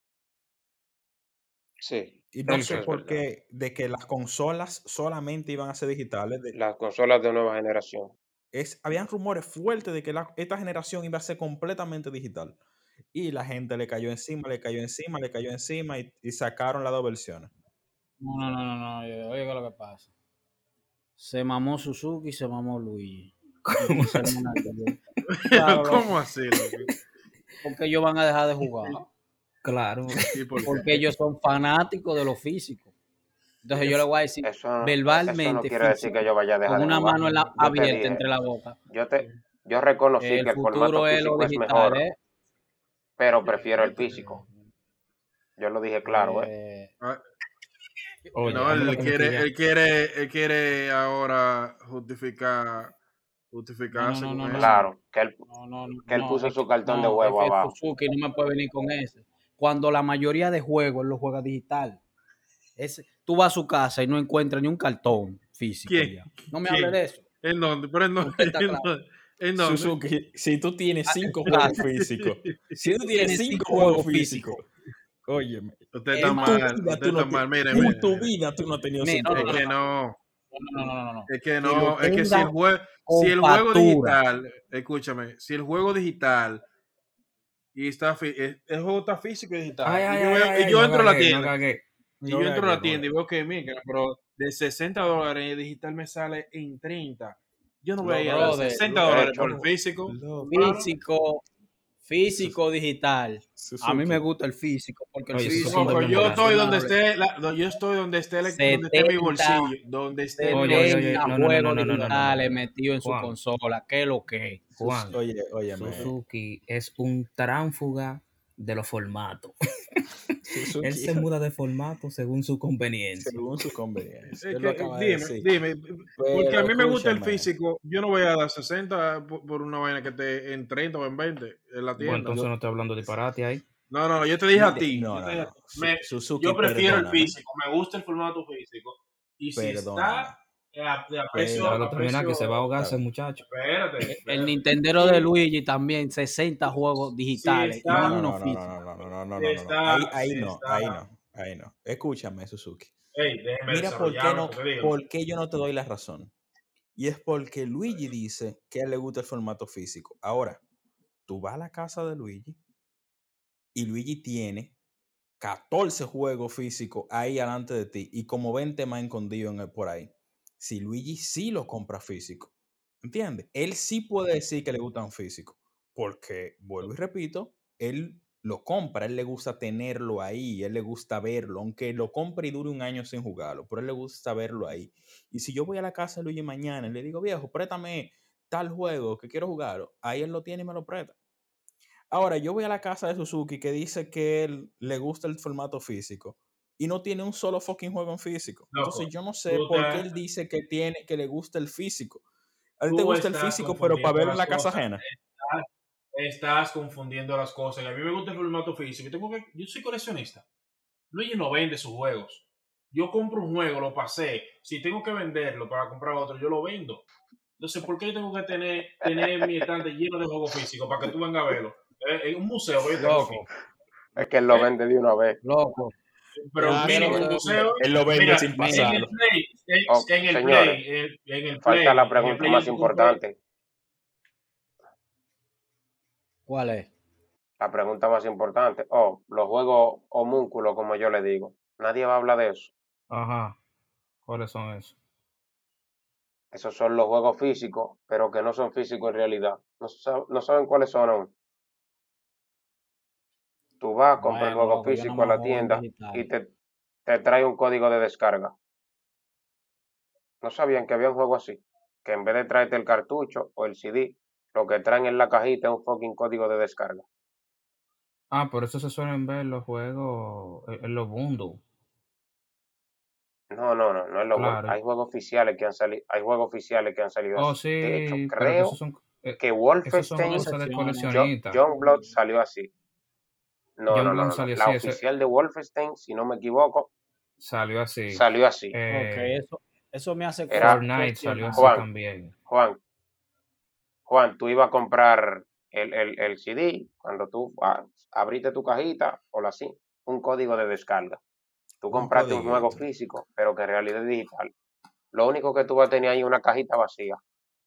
Sí. Y no eso sé es por verdad. qué, de que las consolas solamente iban a ser digitales. Las consolas de nueva generación. Habían rumores fuertes de que esta generación iba a ser completamente digital. Y la gente le cayó encima y sacaron las dos versiones. No. Oye, ¿qué es lo que pasa? Se mamó Suzuki y se mamó Luigi. Claro, ¿Cómo así, loco? porque ellos van a dejar de jugar. Claro. ¿Y por qué? Porque ellos son fanáticos de lo físico. Entonces yo le voy a decir Eso no verbalmente, quiere decir que yo vaya a dejar con de una jugar. mano Yo te abierta dije, entre la boca. yo reconocí El que el formato futuro es lo físico es digital, mejor, pero prefiero el físico. Yo lo dije claro, Oye, No, a mí lo él que me él quiere ahora justificarse No. con eso. Claro, que él No, puso es su que, cartón de no, es huevo que abajo. Suzuki no me puede venir con ese. Cuando la mayoría de juegos él lo juega digital. Tú vas a su casa y no encuentras ni un cartón físico. ¿Quién? Ya. No me hable de eso. ¿En dónde? Pero en dónde. Está claro. ¿En dónde? Suzuki, si tú tienes 5 en tu juegos casa. físicos, Tienes 5 juegos físicos. óyeme, Usted está mal. Usted está mal. Mire. en tu vida tú no has tenido 5 No, juegos. Es que no. No. Es que lo no. Es que si tenga el con juego factura. digital, escúchame, si el juego digital y el juego está físico y digital, y yo entro a la tienda. Si No yo le entro a la hagas, no tienda le y veo que mira, pero de $60 en el digital me sale en 30. Yo no voy a ir a dar Brother, $60 por el Hecho, físico, mano. físico digital. A mí me Suzuki. gusta el físico, porque el Oye, eso es un físico Loco, es doble yo moral. estoy donde coleccionable. esté, yo estoy donde esté, donde esté mi 70, bolsillo, donde esté mi Oye, 70 bolsillo. no, no, no, no, juegos no, no, no, no, digitales no. metidos en su Juan, consola. ¿Qué es lo que es? Juan, Oye, óyeme. Suzuki es un tránfuga de los formatos. Él Suzuki, se muda de formato según su conveniencia. según su conveniencia. Es Él lo que, acaba de decir. dime, porque a Pero mí me gusta el escúchame. físico. Yo no voy a dar 60 por una vaina que esté en 30 o en 20 en la Bueno, tienda. entonces no estoy hablando disparate ahí. No, yo te dije a Mire, ti. no, Yo te no, dije a no. ti. Suzuki, Yo prefiero el perdóname. físico. Me gusta el formato físico. Y si está Perdóname. a precio. Déjalo terminar que se va a ahogar Está ese bien. muchacho. El Nintendero de Luigi también, 60 juegos Si digitales y está. No, uno no, no, no, físico. no, no, no, no, no, Si no, no. Ahí, está. ahí Si no, está. ahí no, ahí no. Escúchame, Suzuki. Ey, déjeme Mira por qué desarrollarme no, porque dígame. por qué yo no te doy la razón. Y es porque Luigi dice que a él le gusta el formato físico. Ahora, tú vas a la casa de Luigi y Luigi tiene 14 juegos físicos ahí delante de ti y como 20 más escondidos por ahí. Si Luigi sí lo compra físico, ¿entiendes? Él sí puede decir que le gustan físicos, porque, vuelvo y repito, él lo compra, él le gusta tenerlo ahí, él le gusta verlo, aunque lo compre y dure un año sin jugarlo, pero él le gusta verlo ahí. Y si yo voy a la casa de Luigi mañana y le digo, viejo, préstame tal juego que quiero jugarlo, ahí él lo tiene y me lo presta. Ahora, yo voy a la casa de Suzuki que dice que él le gusta el formato físico y no tiene un solo fucking juego en físico. Entonces, Loco, yo no sé tú, por qué él dice que le gusta el físico. A ti te tú gusta el estás físico, pero para confundiendo verlo en las la casa cosas. ajena. Estás confundiendo las cosas. Y a mí me gusta el formato físico. Yo soy coleccionista. Luigi no vende sus juegos. Yo compro un juego, lo pasé. Si tengo que venderlo para comprar otro, yo lo vendo. Entonces, ¿por qué yo tengo que tener mi estante lleno de juegos físicos para que tú vengas a verlo? En un museo que yo tengo aquí. Loco, es que él lo ¿Eh? vende de una vez. loco. Pero Ya sé lo mínimo un que museo. Él lo vende Mira, sin en mira, el pasarlo. Play, Oh, en el señores, Play, en el falta la Play, pregunta más yo compré. importante. ¿cuál es? La pregunta más importante. Oh, los juegos homúnculos, como yo le digo. Nadie va a hablar de eso. Ajá. ¿Cuáles son esos? Esos son los juegos físicos, pero que no son físicos en realidad. No saben cuáles son aún. Tú vas, compras el Bueno, juego loco, yo no físico me a la juego en tienda y digital. te trae un código de descarga. ¿No sabían que había un juego así? Que en vez de traerte el cartucho o el CD, lo que traen en la cajita es un fucking código de descarga. Ah, por eso se suelen ver los juegos en los bundles. No es lo bueno. Claro. Hay juegos oficiales que han salido, Oh, así. De hecho, sí, pero que creo esos son que Son Wolfenstein, cosas de excepciones. coleccionistas. Youngblood salió así. Youngblood salió La así, oficial de Wolfenstein, si no me equivoco, salió así. salió así. Ok, eso me hace Era Fortnite salió así Juan, también. Juan, tú ibas a comprar el CD cuando tú abriste tu cajita o así, un código de descarga. Tú Un compraste un juego codiguito. físico, pero que en realidad es digital. Lo único que tú vas a tener ahí es una cajita vacía.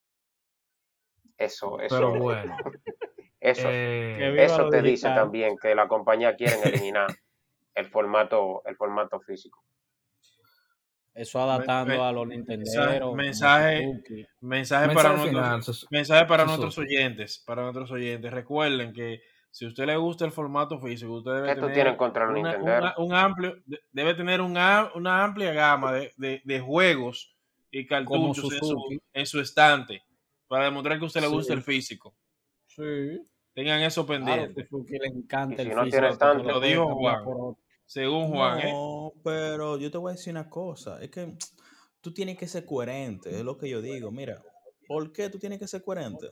Pero bueno. Que viva Eso lo te dice digital. también que la compañía quiere eliminar el formato físico. Eso adaptando a los nintenderos. Mensaje para final, nuestros oyentes. Para nuestros oyentes. Recuerden que si a usted le gusta el formato físico, usted debe ¿Qué tú tienes tener contra los Nintendo? debe tener una amplia gama de juegos y Como cartuchos Suzuki. en su estante para demostrar que a usted le gusta Sí. el físico. Sí. Tengan eso Claro, pendiente. Suzuki le encanta Y si el no físico. tiene porque estante, lo Lo puede dijo cambiar Juan. por otro. Según Juan, No, pero yo te voy a decir una cosa. Es que tú tienes que ser coherente, es lo que yo digo. Mira, ¿por qué tú tienes que ser coherente?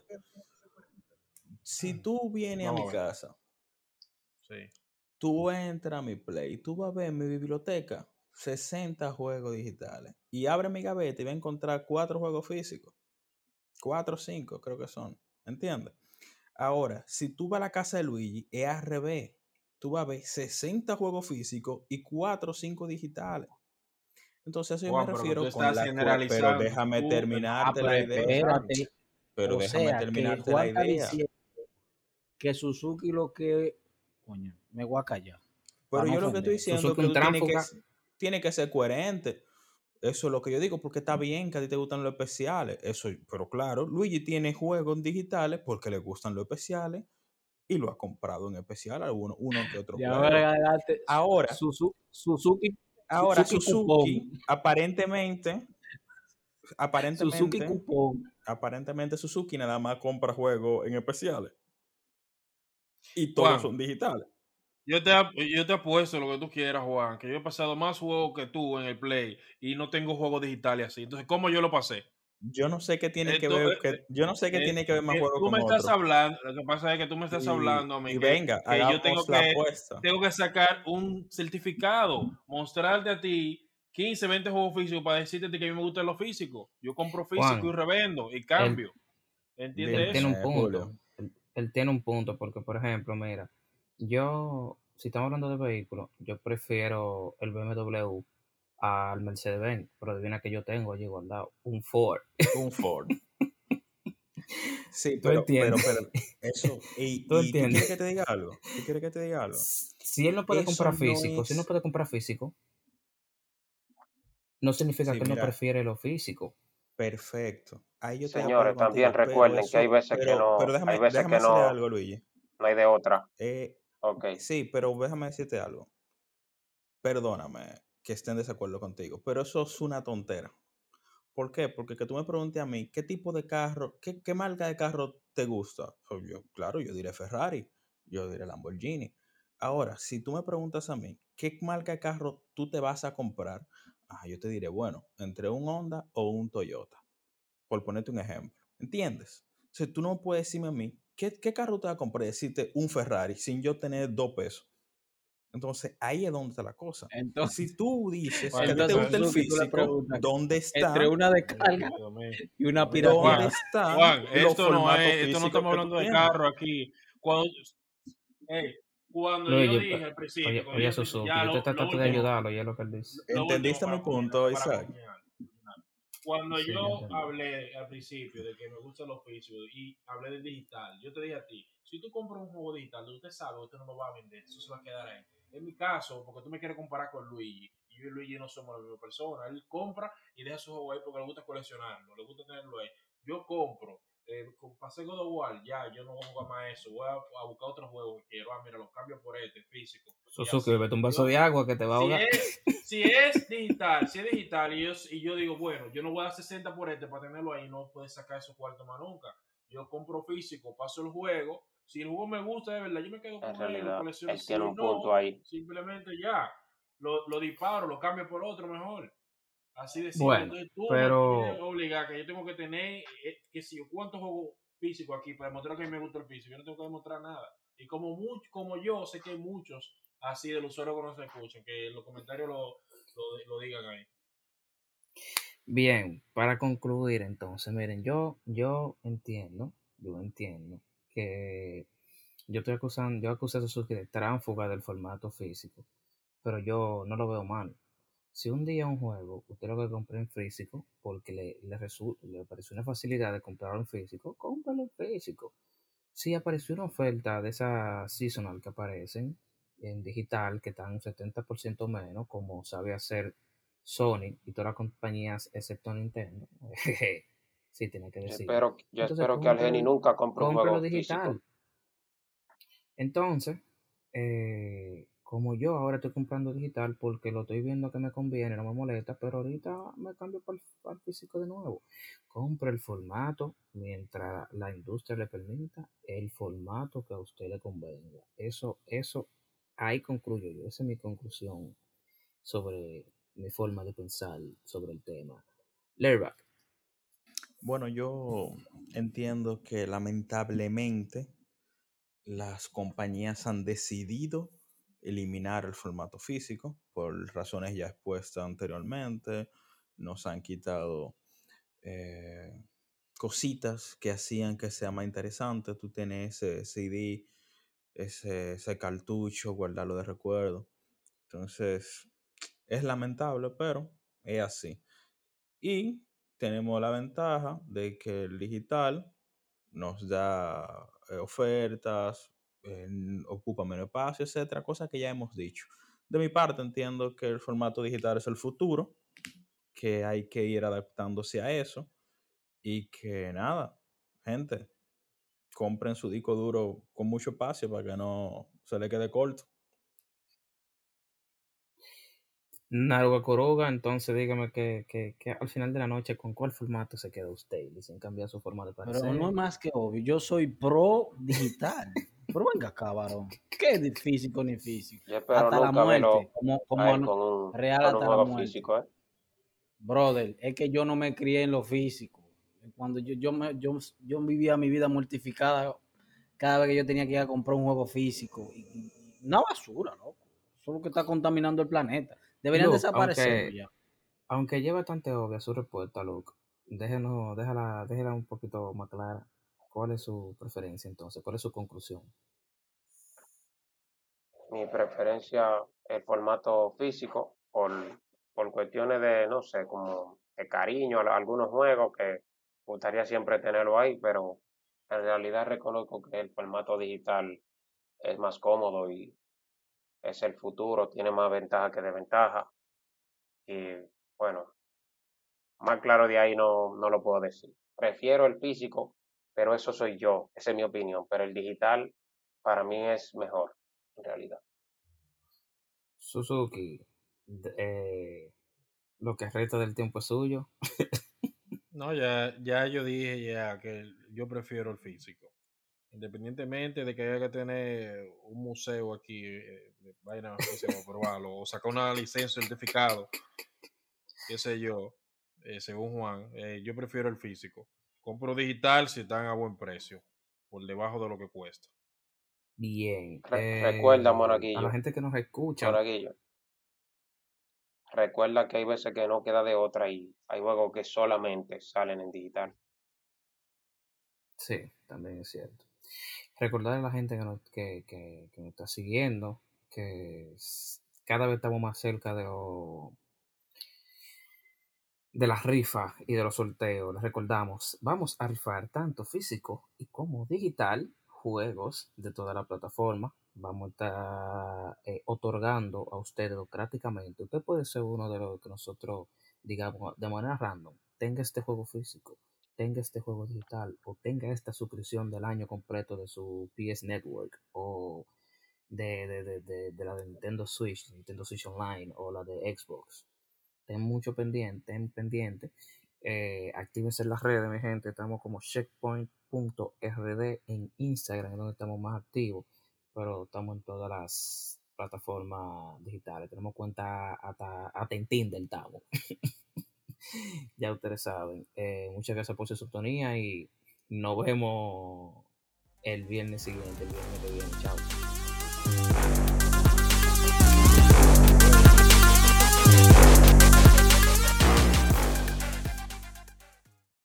Si tú vienes a mi Vamos a ver. casa, Sí. tú entras a mi Play, tú vas a ver mi biblioteca, 60 juegos digitales, y abre mi gaveta y va a encontrar 4 juegos físicos. 4 o 5 creo que son. ¿Entiendes? Ahora, si tú vas a la casa de Luigi, es al revés. Tú vas a ver 60 juegos físicos y 4 o 5 digitales. Entonces, a eso yo me Juan, pero tú refiero con estás la... Pero generalizando. déjame terminarte Pero la idea. espérate. Pero O déjame sea, que terminarte la Juan está idea. diciendo que Suzuki lo que... Coño, me voy a callar. Pero para no yo lo que estoy ofender. diciendo es Suzuki que un tú tienes que... tránfuga. tiene que ser coherente. Eso es lo que yo digo, porque está bien que a ti te gustan los especiales. Eso, pero claro, Luigi tiene juegos digitales porque le gustan los especiales y lo ha comprado en especial uno que otro De ahora en juego. adelante, Ahora, Suzuki Suzuki Cupón. aparentemente, Suzuki Cupón. aparentemente Suzuki nada más compra juegos en especiales y todos Juan, son digitales. yo te apuesto lo que tú quieras, Juan, que yo he pasado más juegos que tú en el Play y no tengo juegos digitales así. Entonces, ¿cómo yo lo pasé? Yo no sé qué tiene que Esto, ver, yo no sé qué tiene que ver más juego tú con me estás otro. hablando, lo que pasa es que tú me estás hablando a mí Y venga, que yo hagamos la apuesta. tengo que sacar un certificado, mostrarte a ti 15, 20 juegos físicos para decirte que a mí me gusta lo físico. Yo compro físico y Juan, revendo y él, cambio. él ¿Entiendes tiene un eso? Julio. punto. Él tiene un punto porque, por ejemplo, mira, si estamos hablando de vehículos, yo prefiero el BMW al Mercedes-Benz, pero adivina que yo tengo allí guardado, un Ford. Un Ford. Sí, ¿Tú entiendes? pero eso, ¿Tú y tú quieres entiendes? que te diga algo, tú quieres que te diga algo. Si él no puede Eso comprar no físico, si él no es, puede comprar físico, no significa sí, que él no mira, prefiere lo físico. perfecto. Ahí yo estoy de acuerdo Señores, también contigo, pero recuerden que hay eso, veces que pero no, hay veces déjame que decirle no, algo, Luigi. no hay de otra. Eh, Ok. sí, pero déjame decirte algo. Perdóname que esté en desacuerdo contigo, pero eso es una tontera. ¿Por qué? Porque que tú me preguntes a mí, ¿qué tipo de carro, qué marca de carro te gusta? Pues yo, claro, yo diré Ferrari, yo diré Lamborghini. Ahora, si tú me preguntas a mí, ¿qué marca de carro tú te vas a comprar? Yo te diré, bueno, entre un Honda o un Toyota, por ponerte un ejemplo. ¿Entiendes? O sea, tú no puedes decirme a mí, ¿qué carro te vas a comprar? Y decirte un Ferrari sin yo tener 2 pesos. Entonces, ahí es donde está la cosa. Entonces, Si tú dices que a ti te entonces gusta el Suzuki, tú le físico, preguntas ¿dónde entre está? una de Mira, carga mira, y una mira, ¿Dónde pirateada. están Juan, los formatos esto no físicos estamos que tú hablando de tienes? carro aquí. Cuando, hey, cuando yo Luigi, dije al principio, oye, Suzuki, ya yo estoy lo tratando de último, ayudarlo, y es lo que él dice. lo último ¿Entendiste mi punto, para Isaac? culminar. Cuando Sí, yo yo entendí. hablé al principio de que me gusta los físicos y hablé del digital, yo te dije a ti, si tú compras un juego digital, usted sabe que usted no lo va a vender, eso se va a quedar ahí. En mi caso, porque tú me quieres comparar con Luigi, y yo y Luigi no somos la misma persona, él compra y deja su juego ahí porque le gusta coleccionarlo, le gusta tenerlo ahí. Yo compro, pasé God of War, ya, yo no voy a jugar más eso, voy a buscar otro juego que quiero, mira, lo cambio por este, físico, y Suzuki, así. bebete un vaso de agua que te va a Si ahogar. es, si es digital y yo digo, bueno, yo no voy a dar 60 por este para tenerlo ahí, no puedes sacar esos cuartos más nunca. Yo compro físico, paso el juego. Si el juego me gusta de verdad, yo me quedo En con él, lo realidad, colecciono. él tiene Si un punto no, ahí. simplemente ya, lo disparo, lo cambio por otro mejor. Así de simple. Bueno, Entonces tú me quieres pero obligar que yo tengo que tener, que si yo, ¿cuántos juegos físicos aquí para demostrar que a mí me gusta el físico? Yo no tengo que demostrar nada. Y como yo sé que hay muchos así de los usuarios que no se escuchan, que en los comentarios lo digan ahí. bien, para concluir entonces, miren, yo entiendo que yo acusé a Suzuki de tránsfuga del formato físico, pero yo no lo veo mal. Si un día un juego usted lo que compra en físico porque le pareció una facilidad de comprarlo en físico, cómpralo en físico. Si apareció una oferta de esas seasonal que aparecen en digital que están un 70% menos, como sabe hacer Sony y todas las compañías excepto Nintendo, sí, tiene que decirlo. Yo Entonces, espero que Algeni nunca compre un cómpralo juego físico. digital. Entonces, como yo ahora estoy comprando digital porque lo estoy viendo que me conviene, no me molesta, pero ahorita me cambio para el físico de nuevo. Compre el formato mientras la industria le permita, el formato que a usted le convenga. Eso, ahí concluyo yo. Esa es mi conclusión sobre mi forma de pensar sobre el tema. Lerback. Bueno, yo entiendo que lamentablemente las compañías han decidido eliminar el formato físico por razones ya expuestas anteriormente. Nos han quitado eh, cositas que hacían que sea más interesante. Tú tienes ese CD, ese cartucho, guardarlo de recuerdo. Entonces, es lamentable, pero es así. Y tenemos la ventaja de que el digital nos da ofertas, ocupa menos espacio, etcétera, cosas que ya hemos dicho. De mi parte, entiendo que el formato digital es el futuro, que hay que ir adaptándose a eso y que nada, gente, compren su disco duro con mucho espacio para que no se le quede corto. Naruga Kuroga, entonces dígame que al final de la noche, ¿con cuál formato se queda usted? Y sin cambiar su forma de Pero no parecer. es más que obvio. Yo soy pro digital. Pero venga acá, varón. ¿Qué es físico ni físico? Yo espero Hasta la nunca verlo muerte. a Como él con real un hasta la juego muerte. físico, ¿eh? Brother, es que yo no me crié en lo físico. Cuando yo vivía mi vida mortificada cada vez que yo tenía que ir a comprar un juego físico. Y una basura, loco. Eso es lo que está contaminando el planeta. Deberían Luke, desaparecerlo ya. aunque lleve bastante obvia su respuesta, Luke, déjala un poquito más clara. ¿Cuál es su preferencia entonces? ¿Cuál es su conclusión? Mi preferencia, el formato físico, por cuestiones de, no sé, como de cariño a algunos juegos que me gustaría siempre tenerlo ahí, pero en realidad reconozco que el formato digital es más cómodo y es el futuro, tiene más ventaja que desventaja. Y bueno, más claro de ahí no lo puedo decir. Prefiero el físico, pero eso soy yo, esa es mi opinión, pero el digital para mí es mejor, en realidad. Suzuki, lo que resta del tiempo es suyo. No, ya yo dije ya que yo prefiero el físico. Independientemente de que haya que tener un museo aquí, de vaina física para probarlo, o sacar una licencia, certificado, qué sé yo, según Juan, yo prefiero el físico. Compro digital si están a buen precio, por debajo de lo que cuesta. Bien. Recuerda, A la gente que nos escucha, Monaguillo, recuerda que hay veces que no queda de otra y hay juegos que solamente salen en digital. sí, también es cierto. Recordar a la gente que nos está siguiendo, cada vez estamos más cerca de las rifas y de los sorteos. Les recordamos, vamos a rifar tanto físico y como digital juegos de toda la plataforma. Vamos a estar otorgando a usted democráticamente. Usted puede ser uno de los que nosotros digamos de manera random. Tenga este juego físico, tenga este juego digital o tenga esta suscripción del año completo de su PS Network o de la de Nintendo Switch Online o la de Xbox. Ten pendiente. Actívense en las redes, mi gente. Estamos como checkpoint.rd en Instagram, donde estamos más activos, pero estamos en todas las plataformas digitales. Tenemos cuenta hasta en Tinder estamos. Ya ustedes saben. Muchas gracias por su sintonía y nos vemos el viernes siguiente, el viernes que viene. Chao.